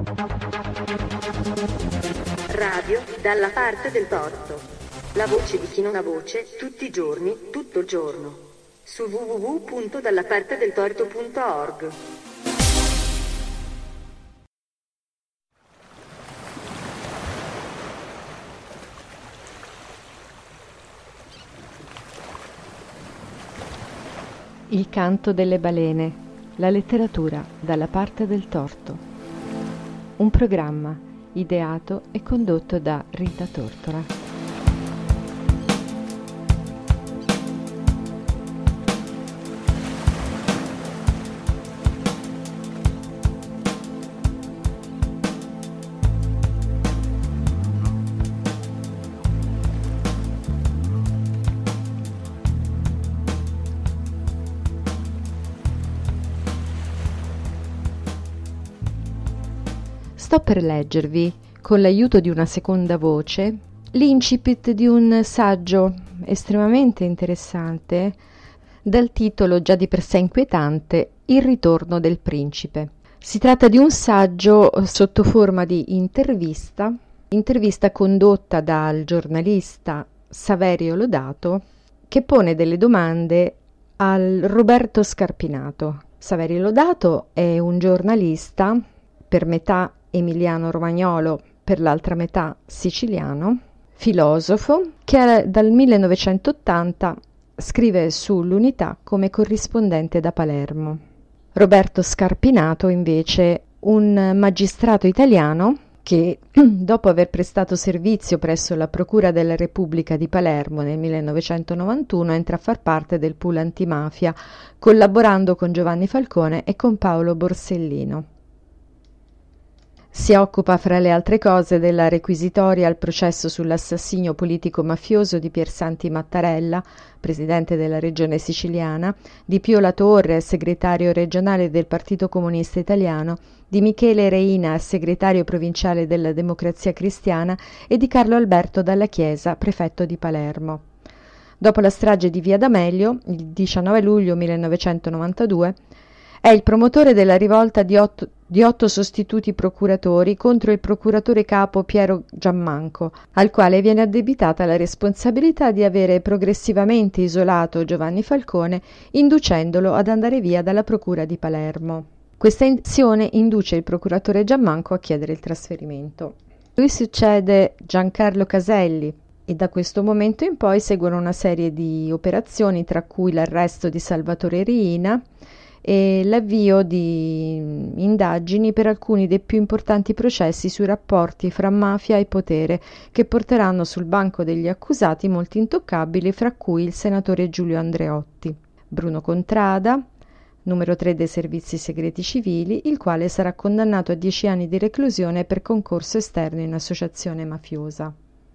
Radio dalla parte del torto. La voce di chi non ha voce, tutti i giorni, tutto il giorno. Su www.dallapartedeltorto.org. Il canto delle balene, la letteratura dalla parte del torto. Un programma ideato e condotto da Rita Tortora. Sto per leggervi, con l'aiuto di una seconda voce, l'incipit di un saggio estremamente interessante dal titolo già di per sé inquietante Il ritorno del principe. Si tratta di un saggio sotto forma di intervista condotta dal giornalista Saverio Lodato, che pone delle domande al Roberto Scarpinato. Saverio Lodato è un giornalista per metà emiliano-romagnolo, per l'altra metà siciliano, filosofo, che dal 1980 scrive sull'Unità come corrispondente da Palermo. Roberto Scarpinato, invece, un magistrato italiano che, dopo aver prestato servizio presso la Procura della Repubblica di Palermo nel 1991, entra a far parte del pool antimafia, collaborando con Giovanni Falcone e con Paolo Borsellino. Si occupa, fra le altre cose, della requisitoria al processo sull'assassinio politico-mafioso di Piersanti Mattarella, presidente della regione siciliana, di Pio La Torre, segretario regionale del Partito Comunista Italiano, di Michele Reina, segretario provinciale della Democrazia Cristiana, e di Carlo Alberto Dalla Chiesa, prefetto di Palermo. Dopo la strage di Via D'Amelio, il 19 luglio 1992, è il promotore della rivolta di otto sostituti procuratori contro il procuratore capo Piero Giammanco, al quale viene addebitata la responsabilità di avere progressivamente isolato Giovanni Falcone, inducendolo ad andare via dalla procura di Palermo. Questa azione induce il procuratore Giammanco a chiedere il trasferimento. Lui succede Giancarlo Caselli, e da questo momento in poi seguono una serie di operazioni, tra cui l'arresto di Salvatore Riina e l'avvio di indagini per alcuni dei più importanti processi sui rapporti fra mafia e potere, che porteranno sul banco degli accusati molti intoccabili, fra cui il senatore Giulio Andreotti, Bruno Contrada, numero 3 dei servizi segreti civili, il quale sarà condannato a 10 anni di reclusione per concorso esterno in associazione mafiosa.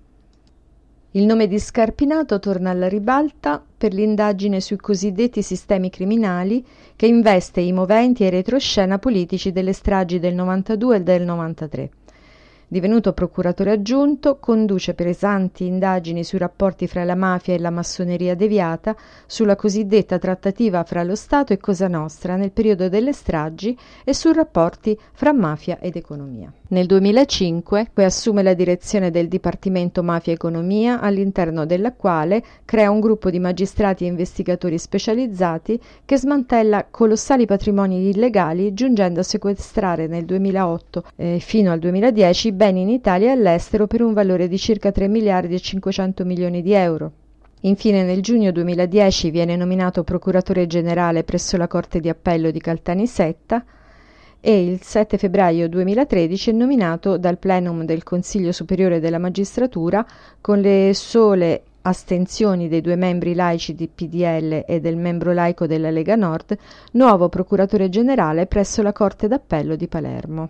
Il nome di Scarpinato torna alla ribalta per l'indagine sui cosiddetti sistemi criminali che investe i moventi e i retroscena politici delle stragi del 92 e del 93. Divenuto procuratore aggiunto, conduce pesanti indagini sui rapporti fra la mafia e la massoneria deviata, sulla cosiddetta trattativa fra lo Stato e Cosa Nostra nel periodo delle stragi e sui rapporti fra mafia ed economia. Nel 2005 assume la direzione del Dipartimento Mafia Economia, all'interno della quale crea un gruppo di magistrati e investigatori specializzati che smantella colossali patrimoni illegali, giungendo a sequestrare nel 2008 fino al 2010 beni in Italia e all'estero per un valore di circa 3 miliardi e 500 milioni di euro. Infine, nel giugno 2010 viene nominato procuratore generale presso la Corte di Appello di Caltanissetta e il 7 febbraio 2013 è nominato dal plenum del Consiglio Superiore della Magistratura, con le sole astensioni dei 2 membri laici di PDL e del membro laico della Lega Nord, nuovo procuratore generale presso la Corte d'Appello di Palermo.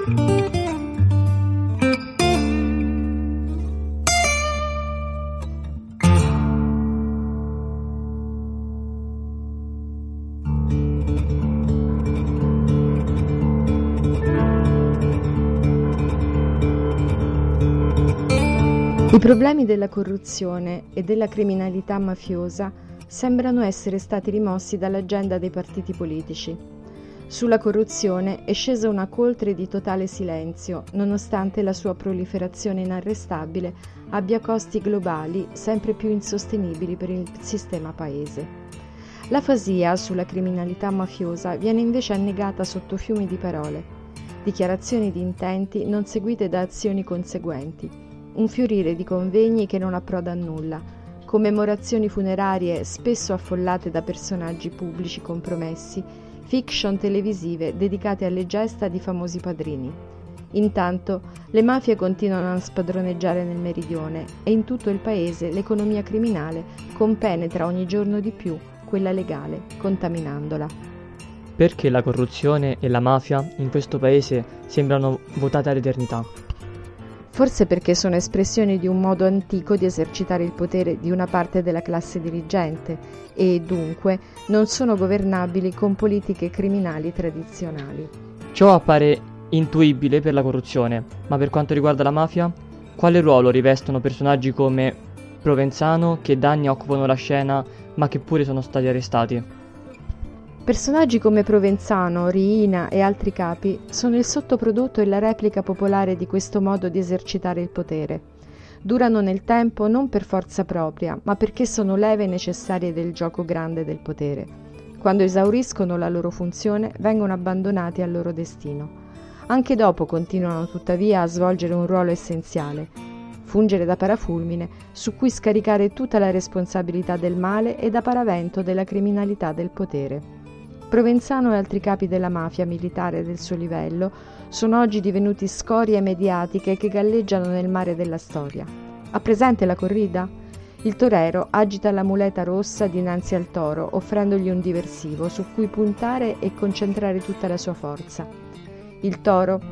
I problemi della corruzione e della criminalità mafiosa sembrano essere stati rimossi dall'agenda dei partiti politici. Sulla corruzione è scesa una coltre di totale silenzio, nonostante la sua proliferazione inarrestabile abbia costi globali sempre più insostenibili per il sistema paese. L'afasia sulla criminalità mafiosa viene invece annegata sotto fiumi di parole, dichiarazioni di intenti non seguite da azioni conseguenti, un fiorire di convegni che non approda a nulla, commemorazioni funerarie spesso affollate da personaggi pubblici compromessi, fiction televisive dedicate alle gesta di famosi padrini. Intanto le mafie continuano a spadroneggiare nel meridione e in tutto il paese l'economia criminale compenetra ogni giorno di più quella legale, contaminandola. Perché la corruzione e la mafia in questo paese sembrano votate all'eternità? Forse perché sono espressioni di un modo antico di esercitare il potere di una parte della classe dirigente e, dunque, non sono governabili con politiche criminali tradizionali. Ciò appare intuibile per la corruzione, ma per quanto riguarda la mafia, quale ruolo rivestono personaggi come Provenzano che da anni occupano la scena ma che pure sono stati arrestati? Personaggi come Provenzano, Riina e altri capi sono il sottoprodotto e la replica popolare di questo modo di esercitare il potere. Durano nel tempo non per forza propria, ma perché sono leve necessarie del gioco grande del potere. Quando esauriscono la loro funzione, vengono abbandonati al loro destino. Anche dopo continuano tuttavia a svolgere un ruolo essenziale, fungere da parafulmine su cui scaricare tutta la responsabilità del male e da paravento della criminalità del potere. Provenzano e altri capi della mafia militare del suo livello sono oggi divenuti scorie mediatiche che galleggiano nel mare della storia. Ha presente la corrida? Il torero agita la muleta rossa dinanzi al toro, offrendogli un diversivo su cui puntare e concentrare tutta la sua forza. Il toro,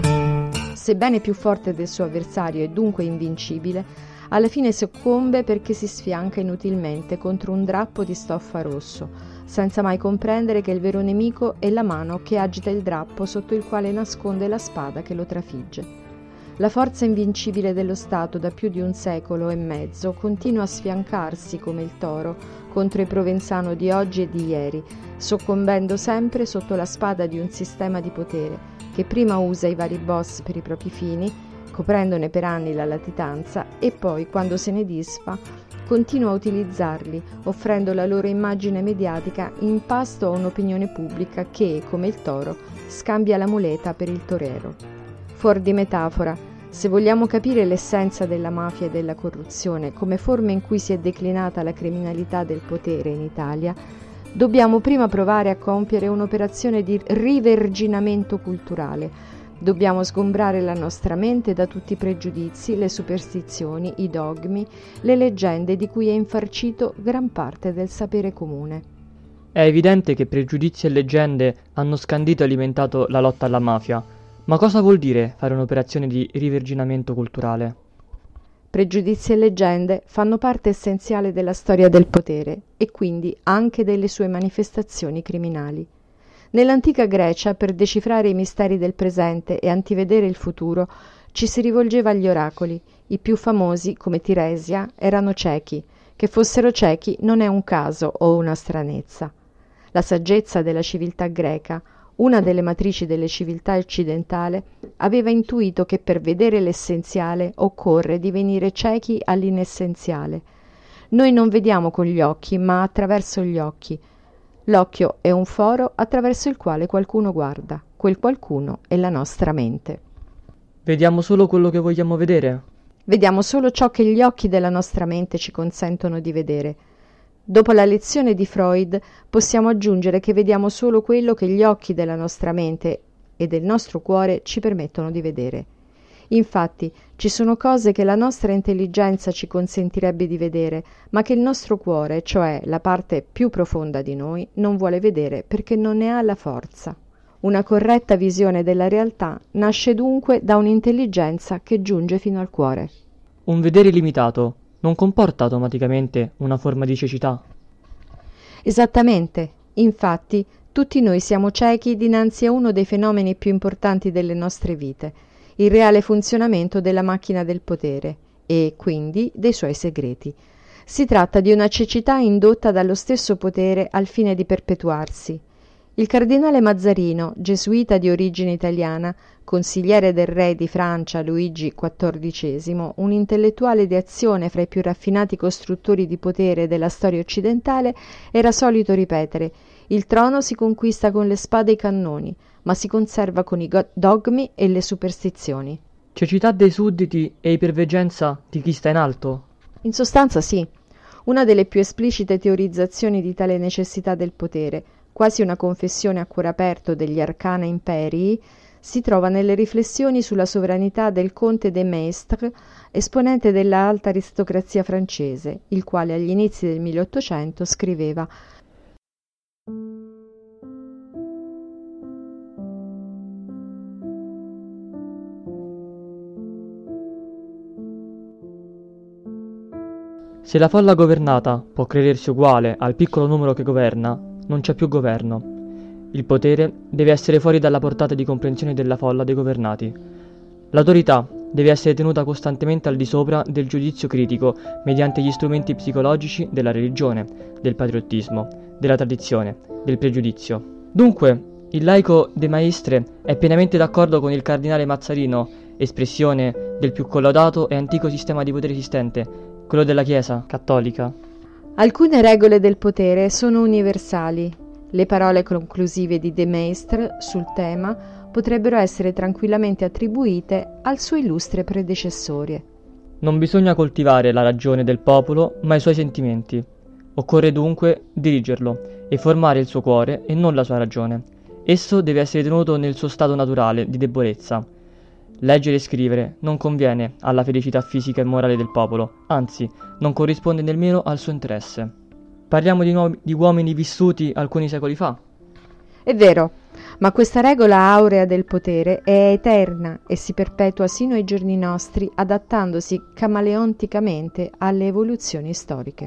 sebbene più forte del suo avversario e dunque invincibile, alla fine soccombe perché si sfianca inutilmente contro un drappo di stoffa rosso, senza mai comprendere che il vero nemico è la mano che agita il drappo sotto il quale nasconde la spada che lo trafigge. La forza invincibile dello Stato da più di un secolo e mezzo continua a sfiancarsi come il toro contro i Provenzano di oggi e di ieri, soccombendo sempre sotto la spada di un sistema di potere che prima usa i vari boss per i propri fini, coprendone per anni la latitanza, e poi, quando se ne disfa, continua a utilizzarli, offrendo la loro immagine mediatica in pasto a un'opinione pubblica che, come il toro, scambia la muleta per il torero. Fuor di metafora, se vogliamo capire l'essenza della mafia e della corruzione come forme in cui si è declinata la criminalità del potere in Italia, dobbiamo prima provare a compiere un'operazione di riverginamento culturale. Dobbiamo sgombrare la nostra mente da tutti i pregiudizi, le superstizioni, i dogmi, le leggende di cui è infarcito gran parte del sapere comune. È evidente che pregiudizi e leggende hanno scandito e alimentato la lotta alla mafia, ma cosa vuol dire fare un'operazione di riverginamento culturale? Pregiudizi e leggende fanno parte essenziale della storia del potere e quindi anche delle sue manifestazioni criminali. Nell'antica Grecia, per decifrare i misteri del presente e antivedere il futuro, ci si rivolgeva agli oracoli. I più famosi, come Tiresia, erano ciechi. Che fossero ciechi non è un caso o una stranezza. La saggezza della civiltà greca, una delle matrici delle civiltà occidentali, aveva intuito che per vedere l'essenziale occorre divenire ciechi all'inessenziale. Noi non vediamo con gli occhi, ma attraverso gli occhi. L'occhio è un foro attraverso il quale qualcuno guarda. Quel qualcuno è la nostra mente. Vediamo solo quello che vogliamo vedere? Vediamo solo ciò che gli occhi della nostra mente ci consentono di vedere. Dopo la lezione di Freud possiamo aggiungere che vediamo solo quello che gli occhi della nostra mente e del nostro cuore ci permettono di vedere. Infatti, ci sono cose che la nostra intelligenza ci consentirebbe di vedere, ma che il nostro cuore, cioè la parte più profonda di noi, non vuole vedere perché non ne ha la forza. Una corretta visione della realtà nasce dunque da un'intelligenza che giunge fino al cuore. Un vedere limitato non comporta automaticamente una forma di cecità? Esattamente. Infatti, tutti noi siamo ciechi dinanzi a uno dei fenomeni più importanti delle nostre vite, il reale funzionamento della macchina del potere e, quindi, dei suoi segreti. Si tratta di una cecità indotta dallo stesso potere al fine di perpetuarsi. Il cardinale Mazzarino, gesuita di origine italiana, consigliere del re di Francia Luigi XIV, un intellettuale di azione fra i più raffinati costruttori di potere della storia occidentale, era solito ripetere: il trono si conquista con le spade e i cannoni, ma si conserva con i dogmi e le superstizioni. Cecità dei sudditi e iperveggenza di chi sta in alto? In sostanza sì. Una delle più esplicite teorizzazioni di tale necessità del potere, quasi una confessione a cuore aperto degli arcana imperii, si trova nelle riflessioni sulla sovranità del conte de Maistre, esponente della alta aristocrazia francese, il quale agli inizi del 1800 scriveva: Se la folla governata può credersi uguale al piccolo numero che governa, non c'è più governo. Il potere deve essere fuori dalla portata di comprensione della folla dei governati. L'autorità deve essere tenuta costantemente al di sopra del giudizio critico mediante gli strumenti psicologici della religione, del patriottismo, della tradizione, del pregiudizio. Dunque, il laico de Maistre è pienamente d'accordo con il cardinale Mazzarino, espressione del più collaudato e antico sistema di potere esistente, quello della Chiesa cattolica. Alcune regole del potere sono universali. Le parole conclusive di de Maistre sul tema potrebbero essere tranquillamente attribuite al suo illustre predecessore. Non bisogna coltivare la ragione del popolo, ma i suoi sentimenti. Occorre dunque dirigerlo e formare il suo cuore e non la sua ragione. Esso deve essere tenuto nel suo stato naturale di debolezza. Leggere e scrivere non conviene alla felicità fisica e morale del popolo, anzi, non corrisponde nemmeno al suo interesse. Parliamo di uomini vissuti alcuni secoli fa. È vero, ma questa regola aurea del potere è eterna e si perpetua sino ai giorni nostri, adattandosi camaleonticamente alle evoluzioni storiche.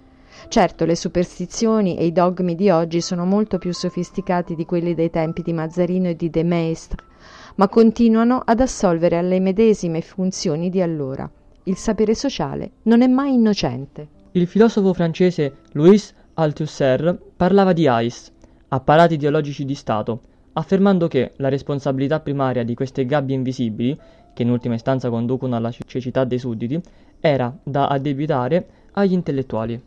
Certo, le superstizioni e i dogmi di oggi sono molto più sofisticati di quelli dei tempi di Mazzarino e di de Maistre, ma continuano ad assolvere alle medesime funzioni di allora. Il sapere sociale non è mai innocente. Il filosofo francese Louis Althusser parlava di AIS, apparati ideologici di Stato, affermando che la responsabilità primaria di queste gabbie invisibili, che in ultima istanza conducono alla cecità dei sudditi, era da addebitare agli intellettuali.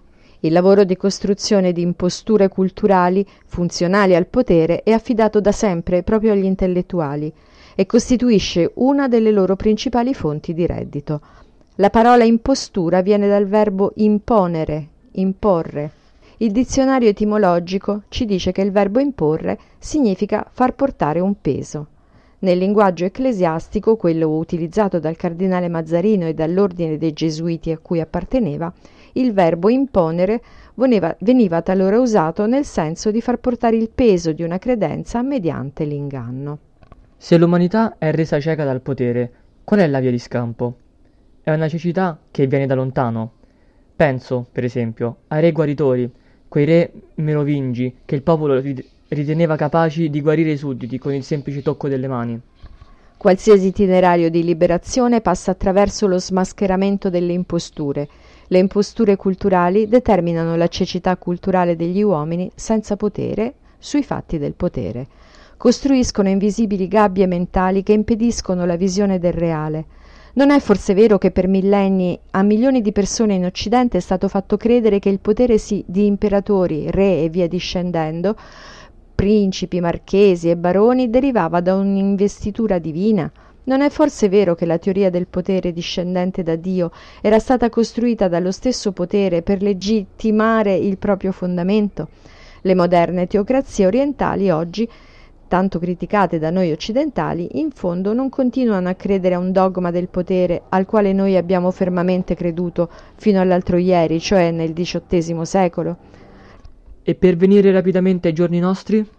Il lavoro di costruzione di imposture culturali funzionali al potere è affidato da sempre proprio agli intellettuali e costituisce una delle loro principali fonti di reddito. La parola impostura viene dal verbo imponere, imporre. Il dizionario etimologico ci dice che il verbo imporre significa far portare un peso. Nel linguaggio ecclesiastico, quello utilizzato dal cardinale Mazzarino e dall'ordine dei Gesuiti a cui apparteneva, il verbo imponere veniva talora usato nel senso di far portare il peso di una credenza mediante l'inganno. Se l'umanità è resa cieca dal potere, qual è la via di scampo? È una cecità che viene da lontano. Penso, per esempio, ai re guaritori, quei re merovingi che il popolo riteneva capaci di guarire i sudditi con il semplice tocco delle mani. Qualsiasi itinerario di liberazione passa attraverso lo smascheramento delle imposture. Le imposture culturali determinano la cecità culturale degli uomini senza potere sui fatti del potere. Costruiscono invisibili gabbie mentali che impediscono la visione del reale. Non è forse vero che per millenni a milioni di persone in Occidente è stato fatto credere che il potere di imperatori, re e via discendendo, principi, marchesi e baroni derivava da un'investitura divina? Non è forse vero che la teoria del potere discendente da Dio era stata costruita dallo stesso potere per legittimare il proprio fondamento? Le moderne teocrazie orientali oggi, tanto criticate da noi occidentali, in fondo non continuano a credere a un dogma del potere al quale noi abbiamo fermamente creduto fino all'altro ieri, cioè nel XVIII secolo. E per venire rapidamente ai giorni nostri?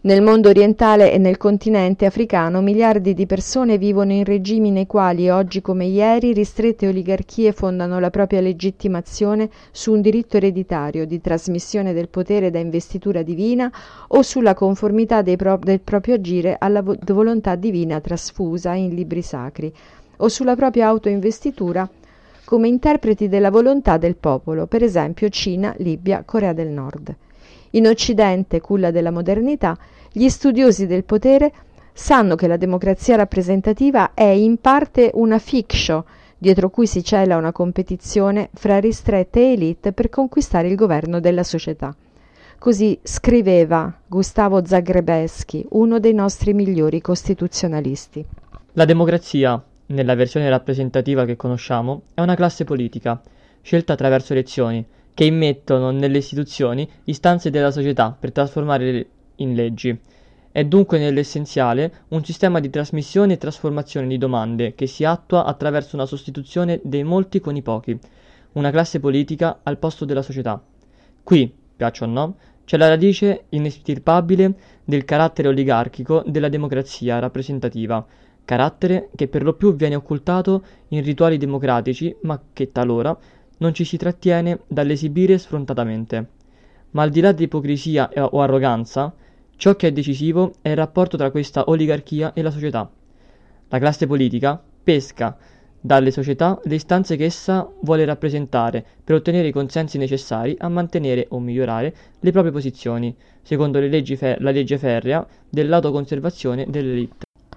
Nel mondo orientale e nel continente africano miliardi di persone vivono in regimi nei quali, oggi come ieri, ristrette oligarchie fondano la propria legittimazione su un diritto ereditario di trasmissione del potere da investitura divina o sulla conformità del proprio agire alla volontà divina trasfusa in libri sacri, o sulla propria autoinvestitura come interpreti della volontà del popolo, per esempio Cina, Libia, Corea del Nord. In Occidente, culla della modernità, gli studiosi del potere sanno che la democrazia rappresentativa è in parte una fiction, dietro cui si cela una competizione fra ristrette elite per conquistare il governo della società. Così scriveva Gustavo Zagrebelsky, uno dei nostri migliori costituzionalisti. La democrazia, nella versione rappresentativa che conosciamo, è una classe politica, scelta attraverso elezioni, che immettono nelle istituzioni istanze della società per trasformarle in leggi. È dunque nell'essenziale un sistema di trasmissione e trasformazione di domande che si attua attraverso una sostituzione dei molti con i pochi, una classe politica al posto della società. Qui, piaccia o no, c'è la radice inestirpabile del carattere oligarchico della democrazia rappresentativa, carattere che per lo più viene occultato in rituali democratici, ma che talora non ci si trattiene dall'esibire sfrontatamente. Ma al di là di ipocrisia o arroganza, ciò che è decisivo è il rapporto tra questa oligarchia e la società. La classe politica pesca dalle società le istanze che essa vuole rappresentare per ottenere i consensi necessari a mantenere o migliorare le proprie posizioni, secondo la legge ferrea dell'autoconservazione dell'elite.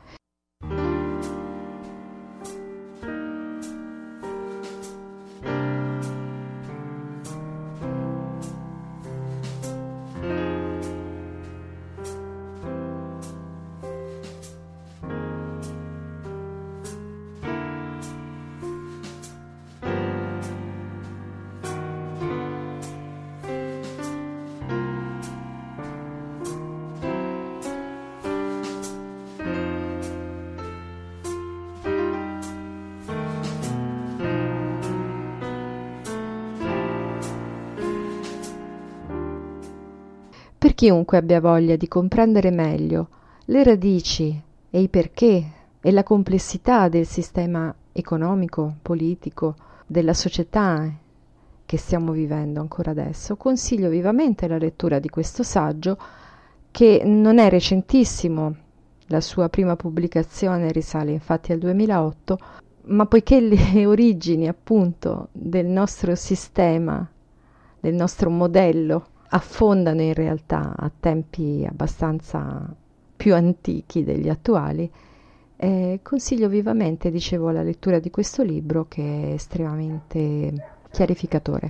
Per chiunque abbia voglia di comprendere meglio le radici e i perché e la complessità del sistema economico, politico, della società che stiamo vivendo ancora adesso, consiglio vivamente la lettura di questo saggio, che non è recentissimo. La sua prima pubblicazione risale infatti al 2008, ma poiché le origini appunto del nostro sistema, del nostro modello, affondano in realtà a tempi abbastanza più antichi degli attuali, consiglio vivamente, dicevo, la lettura di questo libro, che è estremamente chiarificatore.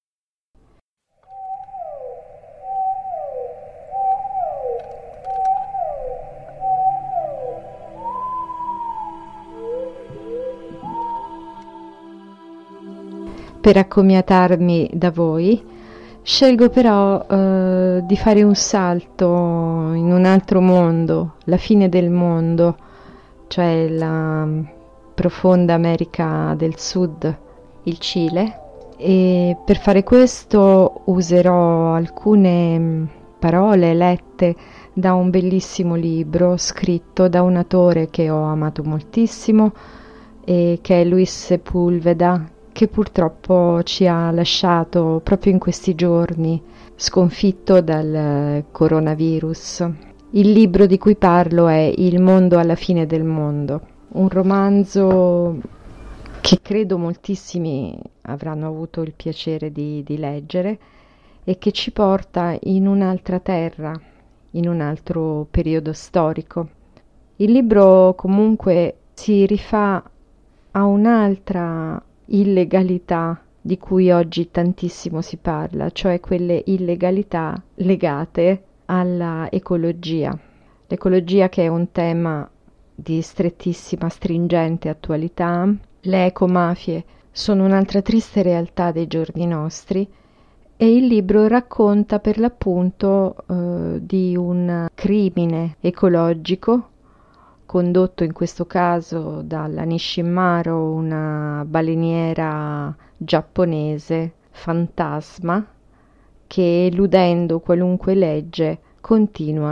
Per accomiatarmi da voi, scelgo però di fare un salto in un altro mondo, la fine del mondo, cioè la profonda America del Sud, il Cile, e per fare questo userò alcune parole lette da un bellissimo libro scritto da un autore che ho amato moltissimo, e che è Luis Sepúlveda, che purtroppo ci ha lasciato proprio in questi giorni, sconfitto dal coronavirus. Il libro di cui parlo è Il mondo alla fine del mondo, un romanzo che credo moltissimi avranno avuto il piacere di leggere e che ci porta in un'altra terra, in un altro periodo storico. Il libro comunque si rifà a un'altra illegalità di cui oggi tantissimo si parla, cioè quelle illegalità legate alla ecologia. L'ecologia, che è un tema di strettissima, stringente attualità. Le ecomafie sono un'altra triste realtà dei giorni nostri, e il libro racconta per l'appunto di un crimine ecologico condotto in questo caso dalla Nishimaro, una baleniera giapponese fantasma che, eludendo qualunque legge, continua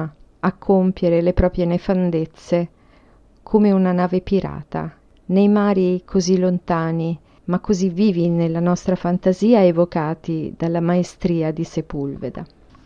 a compiere le proprie nefandezze come una nave pirata, nei mari così lontani, ma così vivi nella nostra fantasia, evocati dalla maestria di Sepulveda.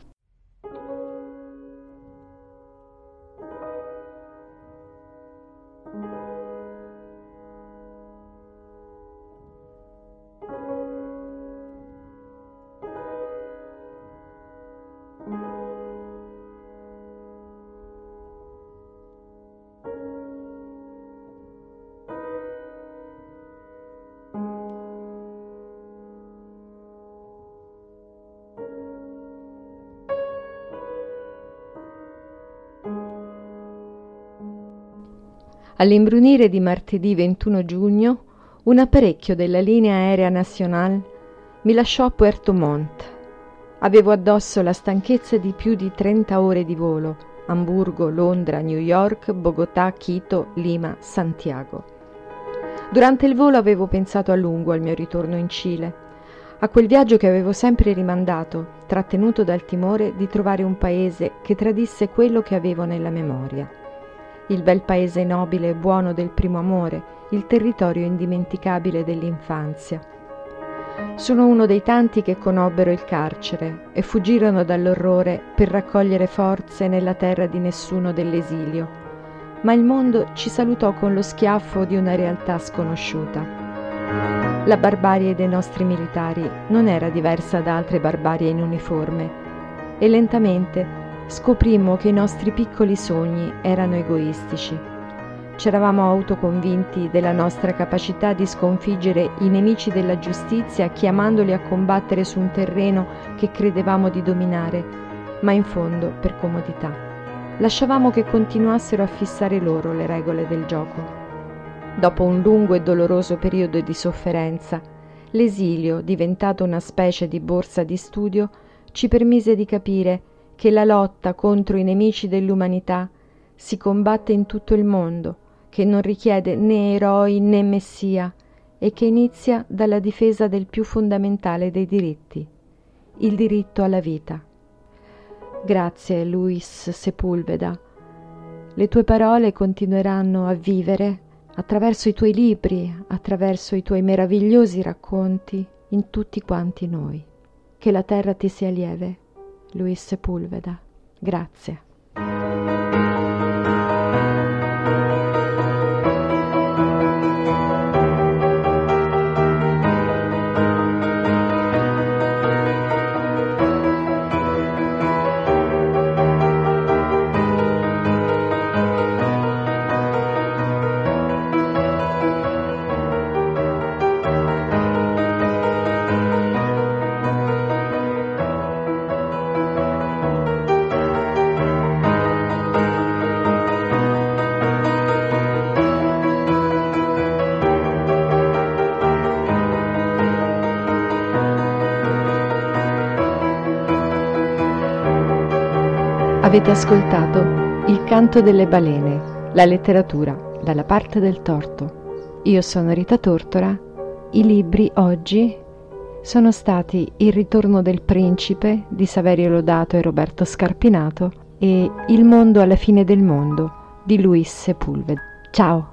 All'imbrunire di martedì 21 giugno, un apparecchio della linea aerea nazionale mi lasciò a Puerto Montt. Avevo addosso la stanchezza di più di 30 ore di volo: Amburgo, Londra, New York, Bogotà, Quito, Lima, Santiago. Durante il volo avevo pensato a lungo al mio ritorno in Cile, a quel viaggio che avevo sempre rimandato, trattenuto dal timore di trovare un paese che tradisse quello che avevo nella memoria. Il bel paese nobile e buono del primo amore, il territorio indimenticabile dell'infanzia. Sono uno dei tanti che conobbero il carcere e fuggirono dall'orrore per raccogliere forze nella terra di nessuno dell'esilio, ma il mondo ci salutò con lo schiaffo di una realtà sconosciuta. La barbarie dei nostri militari non era diversa da altre barbarie in uniforme, e lentamente scoprimmo che i nostri piccoli sogni erano egoistici. C'eravamo autoconvinti della nostra capacità di sconfiggere i nemici della giustizia, chiamandoli a combattere su un terreno che credevamo di dominare, ma in fondo per comodità. Lasciavamo che continuassero a fissare loro le regole del gioco. Dopo un lungo e doloroso periodo di sofferenza, l'esilio, diventato una specie di borsa di studio, ci permise di capire che la lotta contro i nemici dell'umanità si combatte in tutto il mondo, che non richiede né eroi né messia e che inizia dalla difesa del più fondamentale dei diritti, il diritto alla vita. Grazie, Luis Sepulveda. Le tue parole continueranno a vivere attraverso i tuoi libri, attraverso i tuoi meravigliosi racconti in tutti quanti noi. Che la terra ti sia lieve. Luis Sepulveda. Grazie. Avete ascoltato Il canto delle balene, la letteratura dalla parte del torto. Io sono Rita Tortora. I libri oggi sono stati Il ritorno del principe di Saverio Lodato e Roberto Scarpinato e Il mondo alla fine del mondo di Luis Sepulveda. Ciao!